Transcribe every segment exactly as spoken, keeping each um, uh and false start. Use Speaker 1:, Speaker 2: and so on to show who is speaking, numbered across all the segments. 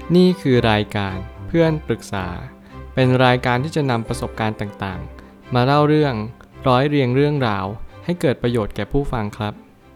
Speaker 1: นี่คือรายการเพื่อนปรึกษาเป็นรายการที่จะนำประสบการณ์ต่างๆมาเล่าเรื่องร้อยเรียงเรื่องราวให้เกิดประโยชน์แก่ผู้ฟังครับ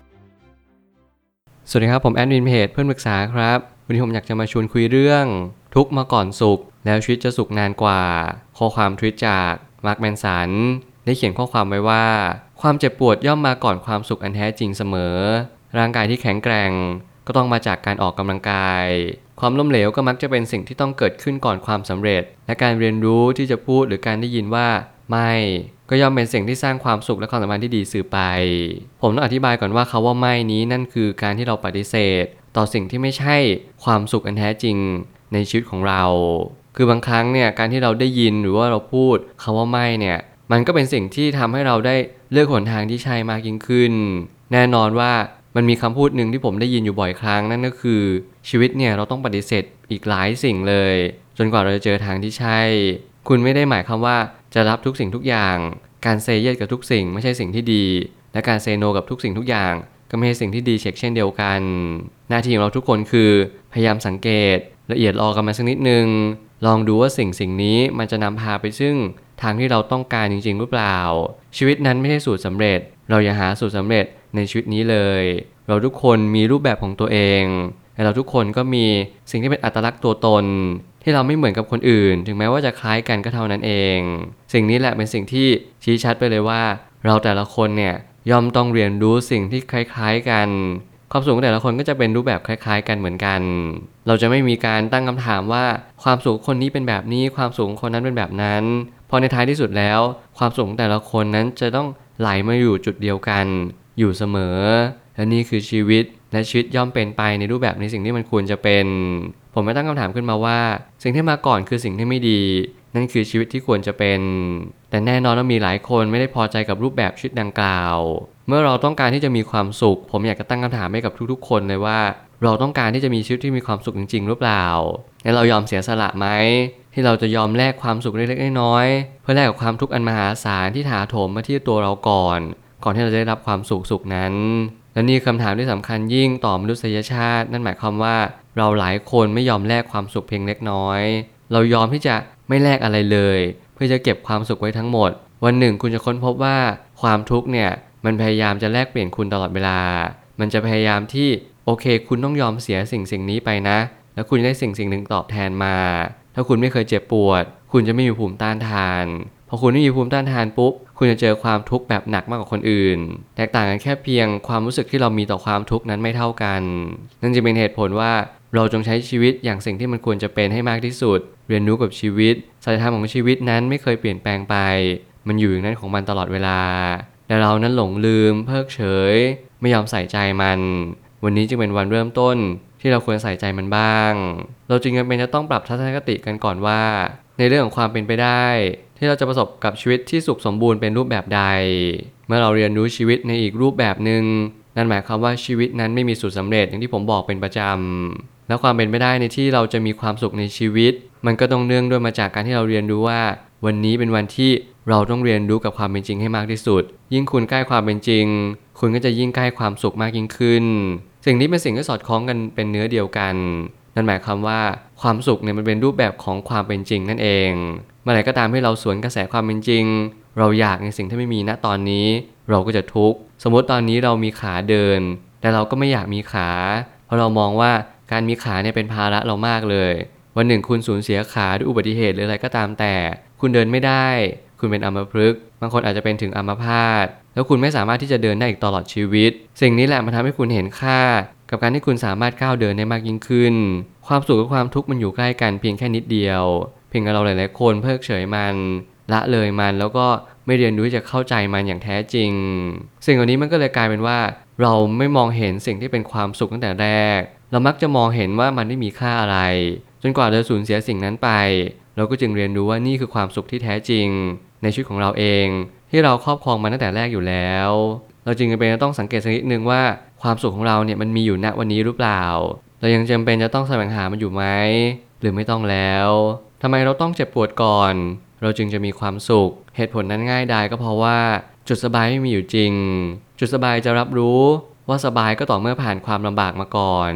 Speaker 1: สวัสดีครับผมแอดมินเพจเพื่อนปรึกษาครับวันนี้ผมอยากจะมาชวนคุยเรื่องทุกข์มาก่อนสุขแล้วชีวิตจะสุขนานกว่าข้อความทวิตจากมาร์คแมนสันได้เขียนข้อความไว้ว่าความเจ็บปวดย่อมมาก่อนความสุขอันแท้จริงเสมอร่างกายที่แข็งแกร่งก็ต้องมาจากการออกกำลังกายความล้มเหลวก็มักจะเป็นสิ่งที่ต้องเกิดขึ้นก่อนความสำเร็จและการเรียนรู้ที่จะพูดหรือการได้ยินว่าไม่ก็ย่อมเป็นสิ่งที่สร้างความสุขและความสัมพันธ์ที่ดีสืบไปผมต้องอธิบายก่อนว่าคำว่าไม่นี้นั่นคือการที่เราปฏิเสธต่อสิ่งที่ไม่ใช่ความสุขอันแท้จริงในชีวิตของเราคือบางครั้งเนี่ยการที่เราได้ยินหรือว่าเราพูดคำว่าไม่เนี่ยมันก็เป็นสิ่งที่ทำให้เราได้เลือกหนทางที่ใช่มากยิ่งขึ้นแน่นอนว่ามันมีคำพูดหนึ่งที่ผมได้ยินอยู่บ่อยครั้งนั่นก็คือชีวิตเนี่ยเราต้องปฏิเสธอีกหลายสิ่งเลยจนกว่าเราจะเจอทางที่ใช่คุณไม่ได้หมายความว่าจะรับทุกสิ่งทุกอย่างการเซเยสกับทุกสิ่งไม่ใช่สิ่งที่ดีและการเซโนกับทุกสิ่งทุกอย่างก็ไม่ใช่สิ่งที่ดีเช่นเดียวกันหน้าที่ของเราทุกคนคือพยายามสังเกตละเอียดรอกันมาสักนิดนึงลองดูว่าสิ่งสิ่งนี้มันจะนำพาไปซึ่งทางที่เราต้องการจริงๆหรือเปล่าชีวิตนั้นไม่ใช่สูตรสำเร็จเราอย่าหาสูตรสำเร็จในชีวิตนี้เลยเราทุกคนมีรูปแบบของตัวเองและเราทุกคนก็มีสิ่งที่เป็นอัตลักษณ์ตัวตนที่เราไม่เหมือนกับคนอื่นถึงแม้ว่าจะคล้ายกันก็เท่านั้นเองสิ่งนี้แหละเป็นสิ่งที่ชี้ชัดไปเลยว่าเราแต่ละคนเนี่ยย่อมต้องเรียนรู้สิ่งที่คล้ายๆกันความสุขของแต่ละคนก็จะเป็นรูปแบบคล้ายๆกันเหมือนกันเราจะไม่มีการตั้งคำถามว่าความสุขคนนี้เป็นแบบนี้ความสุขคนนั้นเป็นแบบนั้นเพราะในท้ายที่สุดแล้วความสุขของแต่ละคนนั้นจะต้องไหลมาอยู่จุดเดียวกันอยู่เสมอและนี่คือชีวิตและชีวิตย่อมเป็นไปในรูปแบบในสิ่งที่มันควรจะเป็นผมไม่ตั้งคำถามขึ้นมาว่าสิ่งที่มาก่อนคือสิ่งที่ไม่ดีนั่นคือชีวิตที่ควรจะเป็นแต่แน่นอนว่ามีหลายคนไม่ได้พอใจกับรูปแบบชีวิตดังกล่าวเมื่อเราต้องการที่จะมีความสุขผมอยากจะตั้งคำถามให้กับทุกๆคนเลยว่าเราต้องการที่จะมีชีวิตที่มีความสุขจริงๆหรือเปล่าและเรายอมเสียสละไหมที่เราจะยอมแลกความสุขเล็กๆน้อยๆเพื่อแลกกับความทุกข์อันมหาศาลที่ถาโถมมาที่ตัวเราก่อนก่อนที่เราจะได้รับความสุขสุขนั้นและนี่คำถามที่สำคัญยิ่งต่อมนุษยชาตินั่นหมายความว่าเราหลายคนไม่ยอมแลกความสุขเพียงเล็กน้อยเรายอมที่จะไม่แลกอะไรเลยเพื่อจะเก็บความสุขไว้ทั้งหมดวันหนึ่งคุณจะค้นพบว่าความทุกข์เนี่ยมันพยายามจะแลกเปลี่ยนคุณตลอดเวลามันจะพยายามที่โอเคคุณต้องยอมเสียสิ่งสิ่งนี้ไปนะแล้วคุณได้สิ่งสิ่งหนึ่งตอบแทนมาถ้าคุณไม่เคยเจ็บปวดคุณจะไม่มีภูมิต้านทานพอคุณไม่มีภูมิต้านทานปุ๊บคุณจะเจอความทุกข์แบบหนักมากกว่าคนอื่นแตกต่างกันแค่เพียงความรู้สึกที่เรามีต่อความทุกข์นั้นไม่เท่ากันนั่นจะเป็นเหตุผลว่าเราจงใช้ชีวิตอย่างสิ่งที่มันควรจะเป็นให้มากที่สุดเรียนรู้กับชีวิตสัจธรรมของชีวิตนั้นไม่เคยเปลี่ยนแปลงไปมันอยู่อย่างนั้นของมันตลอดเวลาแต่เรานั้นหลงลืมเพิกเฉยไม่ยอมใส่ใจมันวันนี้จึงเป็นวันเริ่มต้นที่เราควรใส่ใจมันบ้างเราจึงจำเป็นจะต้องปรับทัศนคติกันก่อนว่าในเรื่องของความเป็นไปได้ที่เราจะประสบกับชีวิตที่สุขสมบูรณ์เป็นรูปแบบใดเมื่อเราเรียนรู้ชีวิตในอีกรูปแบบหนึ่งนั่นหมายความว่าชีวิตนั้นไม่มีสูตรสำเร็จอย่างที่ผมบอกเป็นประจำและความเป็นไปได้ในที่เราจะมีความสุขในชีวิตมันก็ต้องเนื่องด้วยมาจากการที่เราเรียนรู้ว่าวันนี้เป็นวันที่เราต้องเรียนรู้กับความเป็นจริงให้มากที่สุดยิ่งคุณใกล้ความเป็นจริงคุณก็จะยิ่งใกล้ความสุขมากยิ่งขึ้นสิ่งนี้เป็นสิ่งที่สอดคล้องกันเป็นเนื้อเดียวกันนั่นหมายความว่าความสุขเนี่ยมันเป็นรูปแบบของความเป็นจริงนั่นเองเมื่อไหร่ก็ตามที่เราสวนกระแสความเป็นจริงเราอยากในสิ่งที่ไม่มีณตอนนี้เราก็จะทุกข์สมมติตอนนี้เรามีขาเดินแต่เราก็ไม่อยากมีขาเพราะเรามองว่าการมีขาเนี่ยเป็นภาระเรามากเลยวันหนึ่งคุณสูญเสียขาด้วยอุบัติเหตุหรืออะไรก็ตามแต่คุณเดินไม่ได้คุณเป็นอัมพฤกษ์บางคนอาจจะเป็นถึงอัมพาตแล้วคุณไม่สามารถที่จะเดินได้อีกตลอดชีวิตสิ่งนี้แหละมันทำให้คุณเห็นค่ากับการที่คุณสามารถก้าวเดินได้มากยิ่งขึ้นความสุขกับความทุกข์มันอยู่ใกล้กันเพียงแค่นิดเดียวเพียงแต่เราหลายๆคนเพิกเฉยมันละเลยมันแล้วก็ไม่เรียนรู้จะเข้าใจมันอย่างแท้จริงสิ่งเหล่านี้มันก็เลยกลายเป็นว่าเราไม่มองเห็นสิ่งที่เป็นความสุขตั้งแต่แรกเรามักจะมองเห็นว่ามันไม่มีค่าอะไรจนกว่าเราสูญเสียสิ่งนั้นไปเราก็จึงเรียนรู้ว่านี่คือความสุขที่แท้จริงในชีวิตของเราเองที่เราครอบครองมันตั้งแต่แรกอยู่แล้วเราจึงจำเป็นจะต้องสังเกตสักนิดนึงว่าความสุขของเราเนี่ยมันมีอยู่ณวันนี้หรือเปล่าเรายังจำเป็นจะต้องแสวงหามันอยู่ไหมหรือไม่ต้องแล้วทำไมเราต้องเจ็บปวดก่อนเราจึงจะมีความสุขเหตุผลนั้นง่ายดายก็เพราะว่าจุดสบายไม่มีอยู่จริงจุดสบายจะรับรู้ว่าสบายก็ต่อเมื่อผ่านความลำบากมาก่อน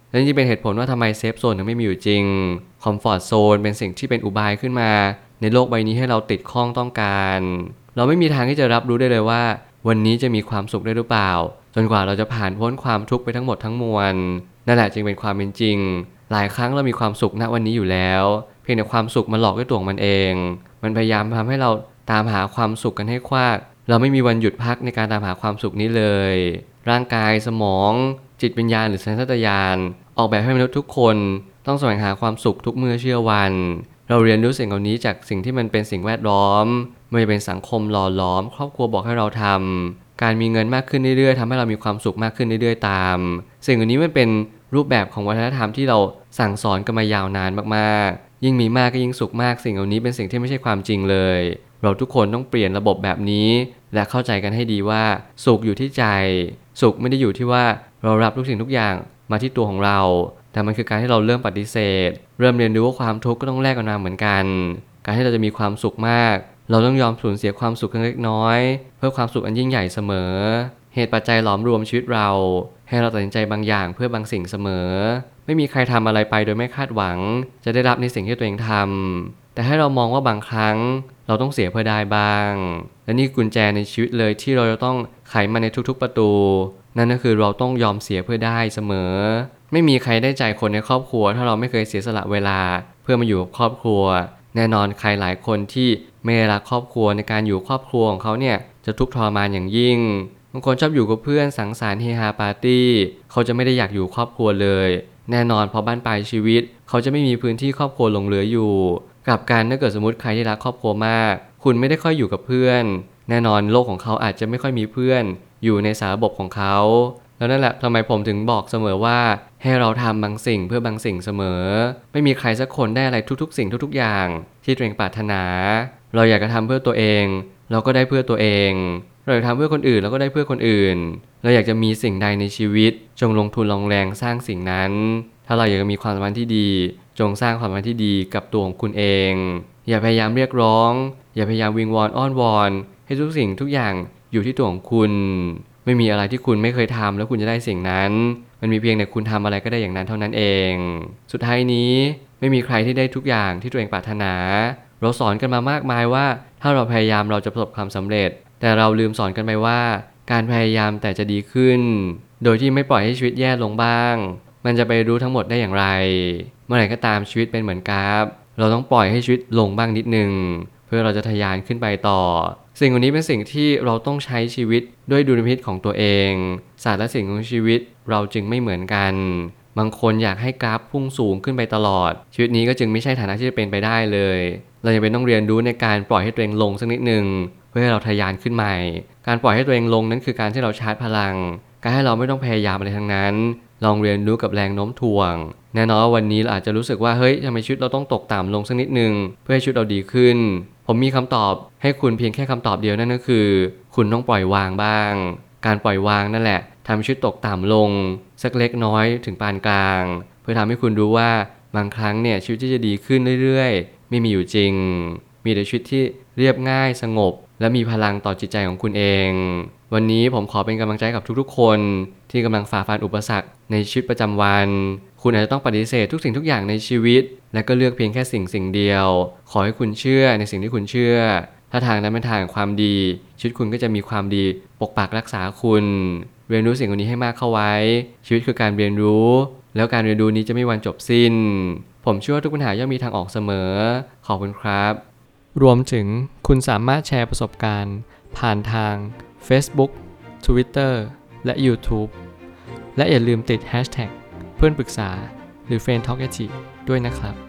Speaker 1: และนี่เป็นเหตุผลว่าทำไมเซฟโซนถึงไม่มีอยู่จริงคอมฟอร์ตโซนเป็นสิ่งที่เป็นอุบายขึ้นมาในโลกใบนี้ให้เราติดข้องต้องการเราไม่มีทางที่จะรับรู้ได้เลยว่าวันนี้จะมีความสุขได้หรือเปล่าจนกว่าเราจะผ่านพ้นความทุกข์ไปทั้งหมดทั้งมวลนั่นแหละจึงเป็นความเป็นจริงหลายครั้งเรามีความสุขณวันนี้อยู่แล้วเพียงแต่ความสุขมันหลอกด้วยตัวของมันเองมันพยายามทำให้เราตามหาความสุขกันให้ควักเราไม่มีวันหยุดพักในการตามหาความสุขนี้เลยร่างกายสมองจิตวิญญาณหรือสัญชาตญาณออกแบบให้มนุษย์ทุกคนต้องแสวงหาความสุขทุกเมื่อเชื่อวันเราเรียนรู้สิ่งเหล่านี้จากสิ่งที่มันเป็นสิ่งแวดล้อมไม่เป็นสังคมหล่อหลอมครอบครัวบอกให้เราทำการมีเงินมากขึ้นเรื่อยๆทำให้เรามีความสุขมากขึ้นเรื่อยๆตามสิ่งเหล่านี้มันเป็นรูปแบบของวัฒนธรรมที่เราสั่งสอนกันมายาวนานมากๆยิ่งมีมากก็ยิ่งสุขมากสิ่งเหล่านี้เป็นสิ่งที่ไม่ใช่ความจริงเลยเราทุกคนต้องเปลี่ยนระบบแบบนี้และเข้าใจกันให้ดีว่าสุขอยู่ที่ใจสุขไม่ได้อยู่ที่ว่าเรารับทุกสิ่งทุกอย่างมาที่ตัวของเราแต่มันคือการที่เราเริ่มปฏิเสธเริ่มเรียนรู้ว่าความทุกข์ก็ต้องแลกกันมาเหมือนกันการที่เราจะมีความสุขมากเราต้องยอมสูญเสียความสุขเล็กน้อยเพื่อความสุขอันยิ่งใหญ่เสมอเหตุปัจจัยหลอมรวมชีวิตเราให้เราตัดสินใจบางอย่างเพื่อบางสิ่งเสมอไม่มีใครทำอะไรไปโดยไม่คาดหวังจะได้รับในสิ่งที่ตัวเองทำแต่ให้เรามองว่าบางครั้งเราต้องเสียเพื่อได้บ้างและนี่กุญแจในชีวิตเลยที่เราจะต้องไขมันในทุกๆประตูนั่นก็คือเราต้องยอมเสียเพื่อได้เสมอไม่มีใครได้ใจคนในครอบครัวถ้าเราไม่เคยเสียสละเวลาเพื่อมาอยู่กับครอบครัวแน่นอนใครหลายคนที่ไม่รักครอบครัวในการอยู่ครอบครัวของเขาเนี่ยจะทุกข์ทรมานอย่างยิ่งบางคนชอบอยู่กับเพื่อนสังสรรค์เฮฮาปาร์ตี้เขาจะไม่ได้อยากอยู่ครอบครัวเลยแน่นอนพอบ้านปลายชีวิตเขาจะไม่มีพื้นที่ครอบครัวหลงเหลืออยู่กลับกันถ้าเกิดสมมติใครที่รักครอบครัวมากคุณไม่ได้ค่อยอยู่กับเพื่อนแน่นอนโลกของเขาอาจจะไม่ค่อยมีเพื่อนอยู่ในสาระบบของเขาแล้วนั่นแหละทำไมผมถึงบอกเสมอว่าให้เราทำบางสิ่งเพื่อบางสิ่งเสมอไม่มีใครสักคนได้อะไรทุกๆสิ่งทุกๆอย่างที่ตัวเองปรารถนาเราอยากจะทำเพื่อตัวเองเราก็ได้เพื่อตัวเองเราอยากทำเพื่อคนอื่นเราก็ได้เพื่อคนอื่นเราอยากจะมีสิ่งใดในชีวิตจงลงทุนลงแรงสร้างสิ่งนั้นถ้าเราอยากจะมีความสัมพันธ์ที่ดีจงสร้างความสัมพันธ์ที่ดีกับตัวของคุณเองอย่าพยายามเรียกร้องอย่าพยายามวิงวอนอ้อนวอนให้ทุกสิ่งทุกอย่างอยู่ที่ตัวของคุณไม่มีอะไรที่คุณไม่เคยทำแล้วคุณจะได้สิ่งนั้นมันมีเพียงแต่คุณทำอะไรก็ได้อย่างนั้นเท่านั้นเองสุดท้ายนี้ไม่มีใครที่ได้ทุกอย่างที่ตัวเองปรารถนาเราสอนกันมามากมายว่าถ้าเราพยายามเราจะประสบความสำเร็จแต่เราลืมสอนกันไปว่าการพยายามแต่จะดีขึ้นโดยที่ไม่ปล่อยให้ชีวิตแย่ลงบ้างมันจะไปรู้ทั้งหมดได้อย่างไรเมื่อไหร่ก็ตามชีวิตเป็นเหมือนกราฟเราต้องปล่อยให้ชีวิตลงบ้างนิดนึงเพื่อเราจะทะยานขึ้นไปต่อสิ่งเหล่านี้เป็นสิ่งที่เราต้องใช้ชีวิตด้วยดุลพินิจของตัวเองศาสตร์และสิ่งของชีวิตเราจึงไม่เหมือนกันบางคนอยากให้กราฟพุ่งสูงขึ้นไปตลอดชีวิตนี้ก็จึงไม่ใช่ฐานะที่จะเป็นไปได้เลยเราจะเป็นต้องเรียนรู้ในการปล่อยให้ตัวเองลงสักนิดนึงเพื่อให้เราทะยานขึ้นใหม่การปล่อยให้ตัวเองลงนั้นคือการที่เราชาร์จพลังการให้เราไม่ต้องพยายามอะไรทั้งนั้นลองเรียนรู้กับแรงโน้มถ่วงแน่นอนว่าวันนี้เราอาจจะรู้สึกว่าเฮ้ยทำไมชีวิตเราต้องตกต่ำลงสักนิดนึงเพื่อให้ชีวิตเราดีขึ้นผมมีคำตอบให้คุณเพียงแค่คำตอบเดียวนั่นก็คือคุณต้องปล่อยวางบ้างการปล่อยวางนั่นแหละทำให้ชีวิตตกต่ำลงสักเล็กน้อยถึงปานกลางเพื่อทำให้คุณรู้ว่าบางครั้งเนี่ยชีวิตที่จะดีขึ้นเรื่อยๆไม่มีอยู่จริงมีแต่ชีวิตที่เรียบง่ายสงบและมีพลังต่อจิตใจของคุณเองวันนี้ผมขอเป็นกำลังใจกับทุกๆคนที่กำลังฝ่าฟันอุปสรรคในชีวิตประจำวันคุณอาจจะต้องปฏิเสธทุกสิ่งทุกอย่างในชีวิตและก็เลือกเพียงแค่สิ่งสิ่งเดียวขอให้คุณเชื่อในสิ่งที่คุณเชื่อถ้าทางนั้นเป็นทางความดีชีวิตคุณก็จะมีความดีปกปักรักษาคุณเรียนรู้สิ่งเหล่านี้ให้มากเข้าไว้ชีวิตคือการเรียนรู้แล้วการเรียนรู้นี้จะไม่มีวันจบสิ้นผมเชื่อว่าทุกปัญหาย่อมมีทางออกเสมอขอบคุณครับรวมถึงคุณสามารถแชร์ประสบการณ์ผ่านทาง Facebook Twitter และ YouTube และอย่าลืมติด แฮชแท็ก เพื่อนปรึกษาหรือ เฟรนด์ ทอล์ก ด้วยนะครับ